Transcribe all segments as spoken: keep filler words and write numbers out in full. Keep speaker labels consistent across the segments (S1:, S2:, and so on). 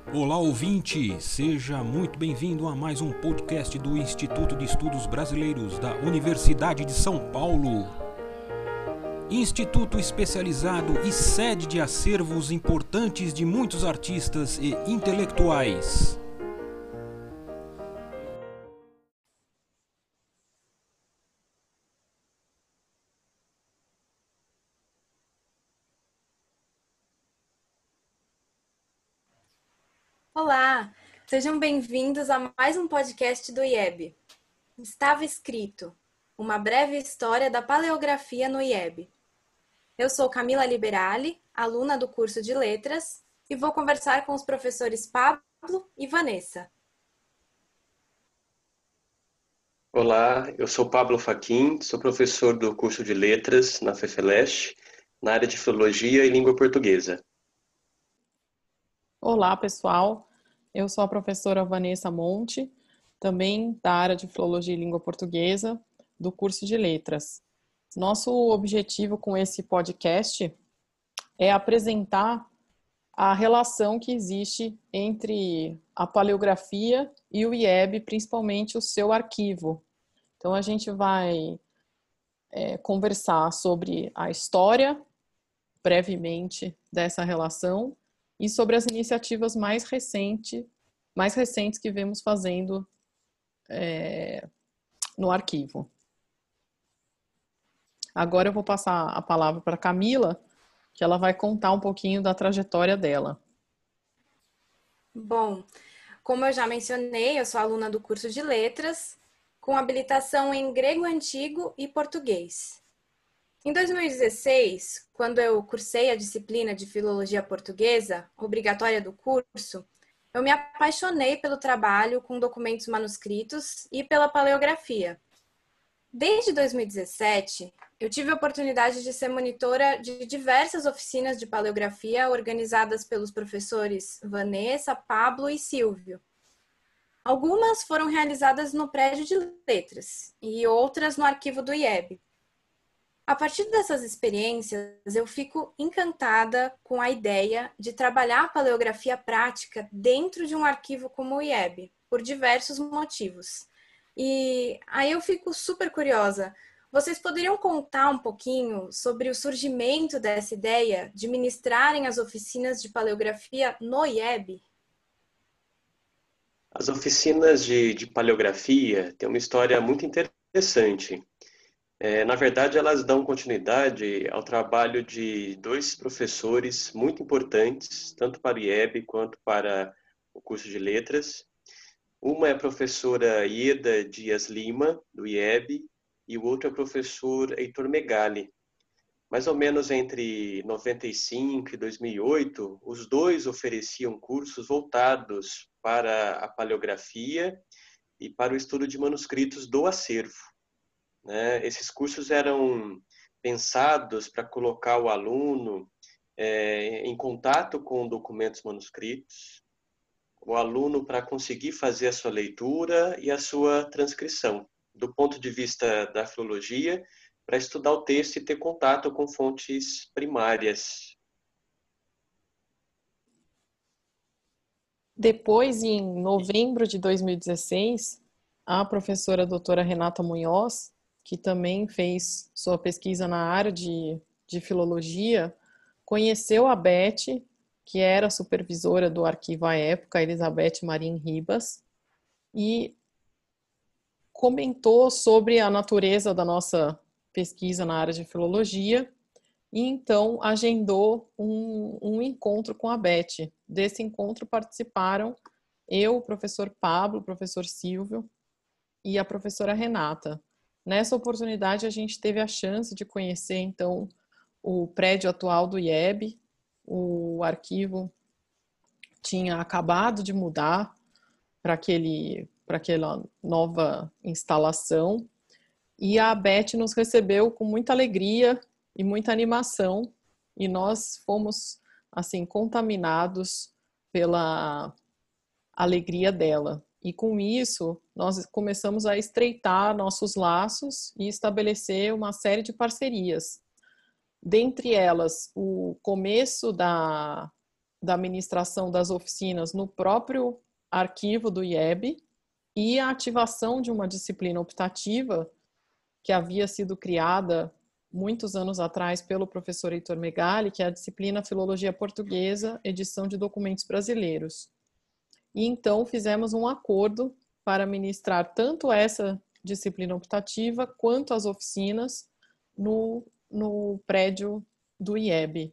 S1: Olá, ouvinte! Seja muito bem-vindo a mais um podcast do Instituto de Estudos Brasileiros da Universidade de São Paulo. Instituto especializado e sede de acervos importantes de muitos artistas e intelectuais.
S2: Olá, sejam bem-vindos a mais um podcast do I E B. Estava escrito, uma breve história da paleografia no I E B. Eu sou Camila Liberali, aluna do curso de Letras, e vou conversar com os professores Pablo e Vanessa.
S3: Olá, eu sou Pablo Fachin, sou professor do curso de Letras na FEFELESH, na área de Filologia e Língua Portuguesa.
S4: Olá, pessoal. Eu sou a professora Vanessa Monte, também da área de Filologia e Língua Portuguesa, do curso de Letras. Nosso objetivo com esse podcast é apresentar a relação que existe entre a paleografia e o I E B, principalmente o seu arquivo. Então, a gente vai é, conversar sobre a história, brevemente, dessa relação, e sobre as iniciativas mais recentes, mais recentes que vemos fazendo é, no arquivo. Agora eu vou passar a palavra para a Camila, que ela vai contar um pouquinho da trajetória dela.
S2: Bom, como eu já mencionei, eu sou aluna do curso de Letras, com habilitação em grego antigo e português. Em dois mil e dezesseis, quando eu cursei a disciplina de Filologia Portuguesa, obrigatória do curso, eu me apaixonei pelo trabalho com documentos manuscritos e pela paleografia. Desde dois mil e dezessete, eu tive a oportunidade de ser monitora de diversas oficinas de paleografia organizadas pelos professores Vanessa, Pablo e Silvio. Algumas foram realizadas no prédio de Letras e outras no arquivo do I E B. A partir dessas experiências, eu fico encantada com a ideia de trabalhar a paleografia prática dentro de um arquivo como o I E B, por diversos motivos. E aí eu fico super curiosa. Vocês poderiam contar um pouquinho sobre o surgimento dessa ideia de ministrarem as oficinas de paleografia no I E B?
S3: As oficinas de, de paleografia têm uma história muito interessante. É, na verdade, elas dão continuidade ao trabalho de dois professores muito importantes, tanto para o I E B quanto para o curso de Letras. Uma é a professora Ieda Dias Lima, do I E B, e o outro é o professor Heitor Megali. Mais ou menos entre noventa e cinco e dois mil e oito, os dois ofereciam cursos voltados para a paleografia e para o estudo de manuscritos do acervo. Né? Esses cursos eram pensados para colocar o aluno é, em contato com documentos manuscritos, o aluno para conseguir fazer a sua leitura e a sua transcrição, do ponto de vista da filologia, para estudar o texto e ter contato com fontes primárias.
S4: Depois, em novembro de dois mil e dezesseis, a professora doutora Renata Munhoz, que também fez sua pesquisa na área de, de filologia, conheceu a Beth, que era supervisora do arquivo à época, Elizabeth Marim Ribas, e comentou sobre a natureza da nossa pesquisa na área de filologia, e então agendou um, um encontro com a Beth. Desse encontro participaram eu, o professor Pablo, o professor Silvio e a professora Renata. Nessa oportunidade, a gente teve a chance de conhecer, então, o prédio atual do I E B. O arquivo tinha acabado de mudar para aquele, para aquela nova instalação, e a Beth nos recebeu com muita alegria e muita animação, e nós fomos, assim, contaminados pela alegria dela. E com isso, nós começamos a estreitar nossos laços e estabelecer uma série de parcerias. Dentre elas, o começo da, da administração das oficinas no próprio arquivo do I E B e a ativação de uma disciplina optativa que havia sido criada muitos anos atrás pelo professor Heitor Megali, que é a disciplina Filologia Portuguesa, edição de documentos brasileiros. E então fizemos um acordo para ministrar tanto essa disciplina optativa quanto as oficinas no, no prédio do I E B.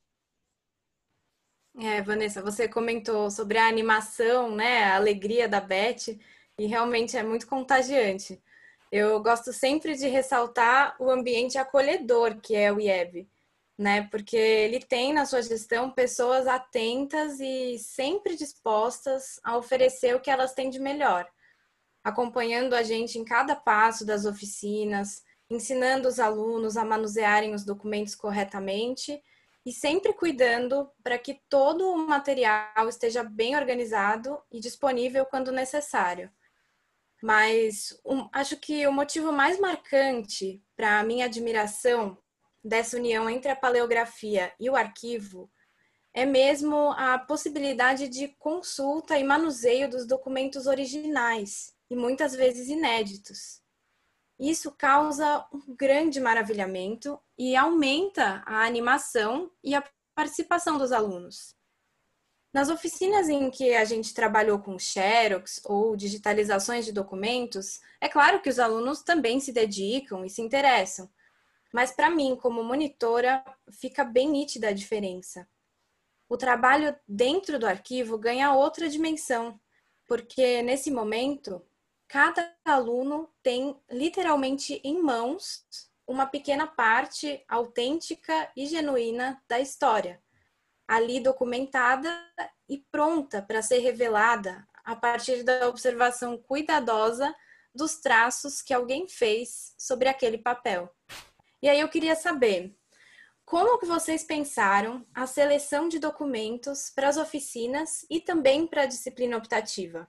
S2: É, Vanessa, você comentou sobre a animação, né, a alegria da Beth, e realmente é muito contagiante. Eu gosto sempre de ressaltar o ambiente acolhedor que é o I E B, né, porque ele tem na sua gestão pessoas atentas e sempre dispostas a oferecer o que elas têm de melhor, acompanhando a gente em cada passo das oficinas, ensinando os alunos a manusearem os documentos corretamente e sempre cuidando para que todo o material esteja bem organizado e disponível quando necessário. Mas um, acho que o motivo mais marcante para a minha admiração dessa união entre a paleografia e o arquivo é mesmo a possibilidade de consulta e manuseio dos documentos originais e muitas vezes inéditos. Isso causa um grande maravilhamento e aumenta a animação e a participação dos alunos. Nas oficinas em que a gente trabalhou com xerox ou digitalizações de documentos, é claro que os alunos também se dedicam e se interessam, mas para mim, como monitora, fica bem nítida a diferença. O trabalho dentro do arquivo ganha outra dimensão, porque nesse momento, cada aluno tem literalmente em mãos uma pequena parte autêntica e genuína da história, ali documentada e pronta para ser revelada a partir da observação cuidadosa dos traços que alguém fez sobre aquele papel. E aí eu queria saber, como que vocês pensaram a seleção de documentos para as oficinas e também para a disciplina optativa?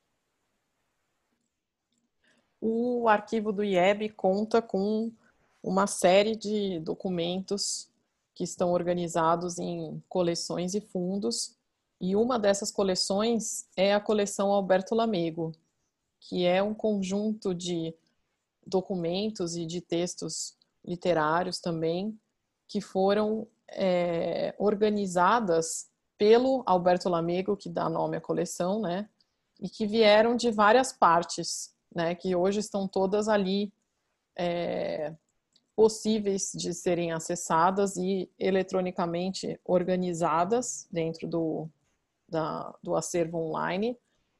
S4: O arquivo do I E B conta com uma série de documentos que estão organizados em coleções e fundos, e uma dessas coleções é a coleção Alberto Lamego, que é um conjunto de documentos e de textos literários também, que foram é, organizadas pelo Alberto Lamego, que dá nome à coleção, né, e que vieram de várias partes, né, que hoje estão todas ali é, possíveis de serem acessadas e eletronicamente organizadas dentro do, da, do acervo online.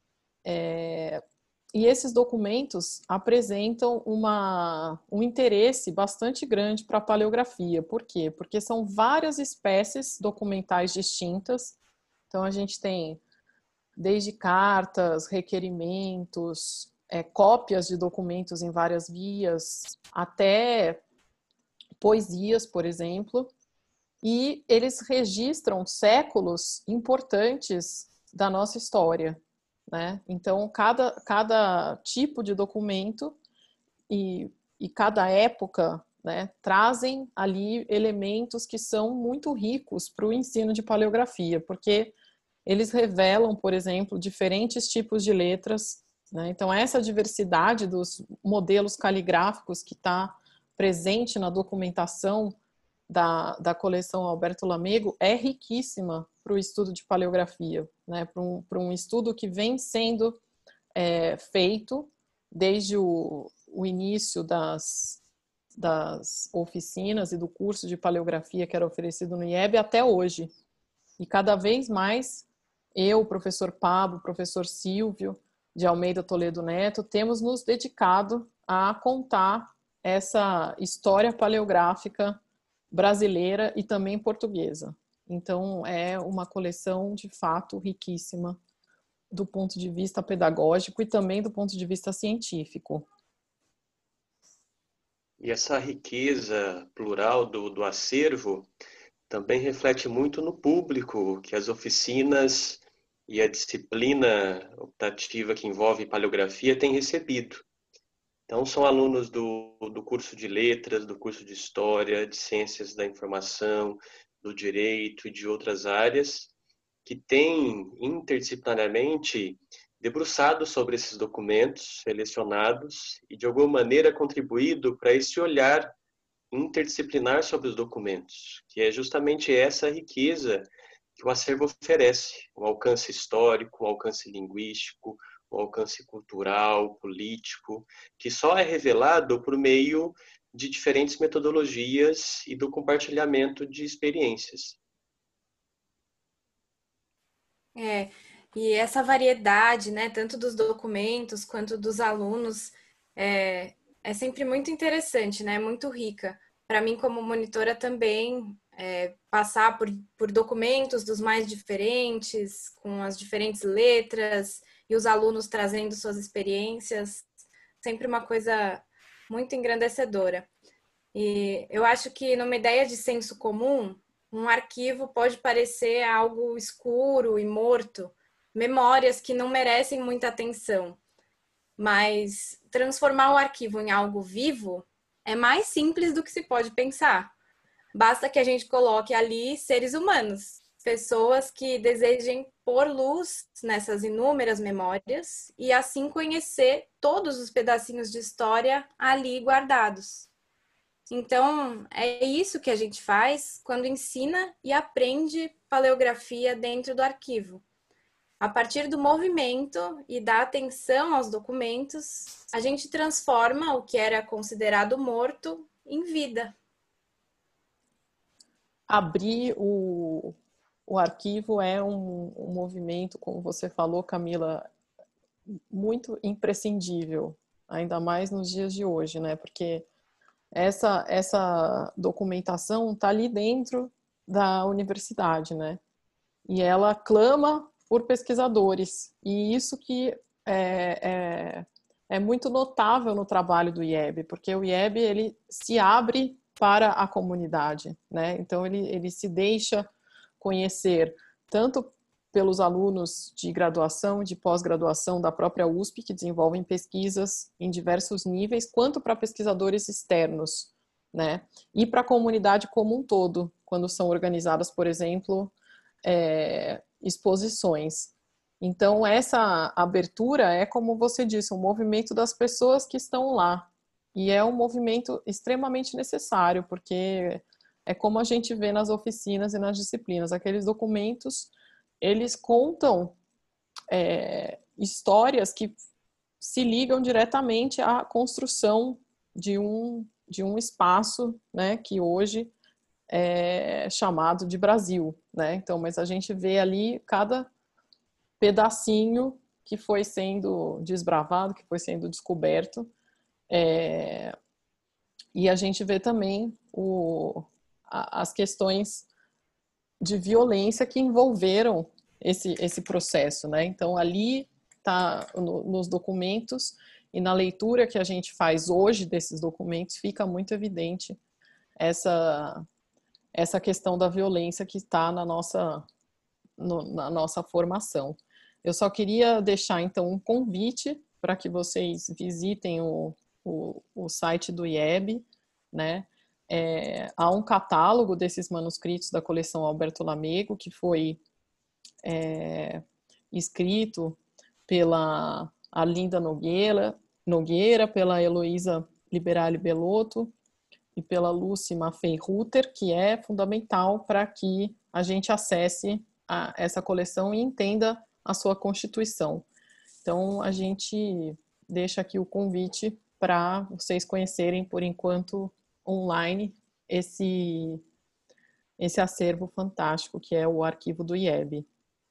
S4: É, e esses documentos apresentam uma, um interesse bastante grande para a paleografia. Por quê? Porque são várias espécies documentais distintas. Então, a gente tem desde cartas, requerimentos, é, cópias de documentos em várias vias, até poesias, por exemplo, e eles registram séculos importantes da nossa história, né? Então, cada, cada tipo de documento e, e cada época, né, trazem ali elementos que são muito ricos para o ensino de paleografia, porque eles revelam, por exemplo, diferentes tipos de letras, né? Então, essa diversidade dos modelos caligráficos que está presente na documentação da, da coleção Alberto Lamego é riquíssima para o estudo de paleografia, né? Para um, para um estudo que vem sendo é, feito desde o, o início das, das oficinas e do curso de paleografia que era oferecido no I E B até hoje. E cada vez mais eu, o professor Pablo, o professor Silvio de Almeida Toledo Neto, temos nos dedicado a contar essa história paleográfica brasileira e também portuguesa. Então, é uma coleção, de fato, riquíssima do ponto de vista pedagógico e também do ponto de vista científico.
S3: E essa riqueza plural do, do acervo também reflete muito no público que as oficinas e a disciplina optativa que envolve paleografia têm recebido. Então, são alunos do, do curso de letras, do curso de história, de ciências da informação, do direito e de outras áreas, que tem interdisciplinarmente debruçado sobre esses documentos selecionados e, de alguma maneira, contribuído para esse olhar interdisciplinar sobre os documentos, que é justamente essa riqueza que o acervo oferece, o alcance histórico, o alcance linguístico, o alcance cultural, político, que só é revelado por meio de diferentes metodologias e do compartilhamento de experiências.
S2: É, e essa variedade, né, tanto dos documentos quanto dos alunos, é, é sempre muito interessante, né, muito rica. Para mim, como monitora também, é, passar por, por documentos dos mais diferentes, com as diferentes letras, e os alunos trazendo suas experiências, sempre uma coisa muito engrandecedora. E eu acho que numa ideia de senso comum, um arquivo pode parecer algo escuro e morto, memórias que não merecem muita atenção. Mas transformar o arquivo em algo vivo é mais simples do que se pode pensar. Basta que a gente coloque ali seres humanos, pessoas que desejem pôr luz nessas inúmeras memórias e assim conhecer todos os pedacinhos de história ali guardados. Então, é isso que a gente faz quando ensina e aprende paleografia dentro do arquivo. A partir do movimento e da atenção aos documentos, a gente transforma o que era considerado morto em vida.
S4: Abrir o, o arquivo é um, um movimento, como você falou, Camila, muito imprescindível, ainda mais nos dias de hoje, né? Porque essa, essa documentação está ali dentro da universidade, né? E ela clama por pesquisadores. E isso que é, é, é muito notável no trabalho do I E B, porque o I E B ele se abre para a comunidade, né? Então ele, ele se deixa conhecer tanto pelos alunos de graduação, de pós-graduação da própria U S P, que desenvolvem pesquisas em diversos níveis, quanto para pesquisadores externos, né? E para a comunidade como um todo, quando são organizadas, por exemplo, é, exposições. Então, essa abertura é, como você disse, um movimento das pessoas que estão lá. E é um movimento extremamente necessário, porque é como a gente vê nas oficinas e nas disciplinas. Aqueles documentos, eles contam é, histórias que se ligam diretamente à construção de um, de um espaço, né, que hoje é chamado de Brasil, né? Então, mas a gente vê ali cada pedacinho que foi sendo desbravado, que foi sendo descoberto, é, e a gente vê também o, a, as questões de violência que envolveram esse, esse processo, né? Então, ali está no, nos documentos e na leitura que a gente faz hoje desses documentos, fica muito evidente essa, essa questão da violência que está na nossa, no, na nossa formação. Eu só queria deixar, então, um convite para que vocês visitem o, o, o site do I E B, né? É, há um catálogo desses manuscritos da coleção Alberto Lamego, que foi é, escrito pela Arlinda Nogueira, Nogueira, pela Heloísa Liberali Belotto e pela Lucy Maffei Ruther, que é fundamental para que a gente acesse a, essa coleção e entenda a sua constituição. Então, a gente deixa aqui o convite para vocês conhecerem, por enquanto, online, esse, esse acervo fantástico que é o arquivo do I E B.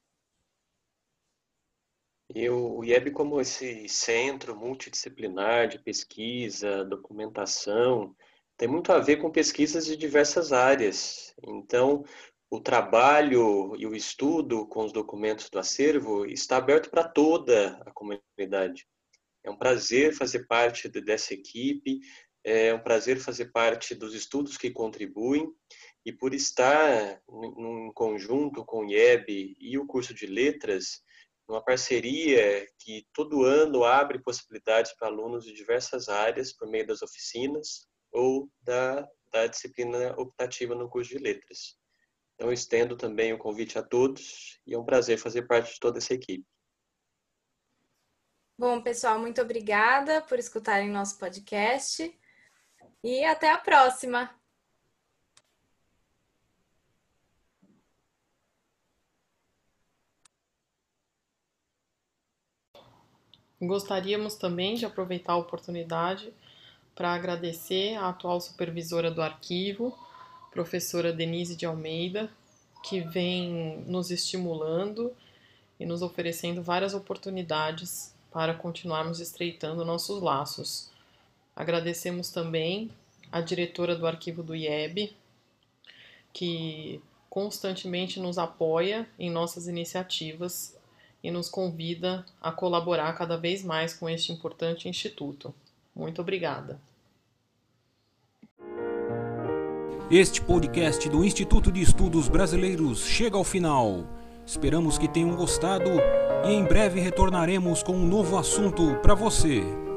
S3: E o I E B, como esse centro multidisciplinar de pesquisa, documentação, tem muito a ver com pesquisas de diversas áreas. Então, o trabalho e o estudo com os documentos do acervo está aberto para toda a comunidade. É um prazer fazer parte dessa equipe, é um prazer fazer parte dos estudos que contribuem, e por estar em conjunto com o I E B e o curso de letras, uma parceria que todo ano abre possibilidades para alunos de diversas áreas por meio das oficinas ou da, da disciplina optativa no curso de letras. Então, estendo também o convite a todos e é um prazer fazer parte de toda essa equipe.
S2: Bom, pessoal, muito obrigada por escutarem nosso podcast e até a próxima!
S4: Gostaríamos também de aproveitar a oportunidade para agradecer à atual supervisora do arquivo, professora Denise de Almeida, que vem nos estimulando e nos oferecendo várias oportunidades para continuarmos estreitando nossos laços. Agradecemos também à diretora do arquivo do I E B, que constantemente nos apoia em nossas iniciativas e nos convida a colaborar cada vez mais com este importante instituto. Muito obrigada.
S1: Este podcast do Instituto de Estudos Brasileiros chega ao final. Esperamos que tenham gostado e em breve retornaremos com um novo assunto para você.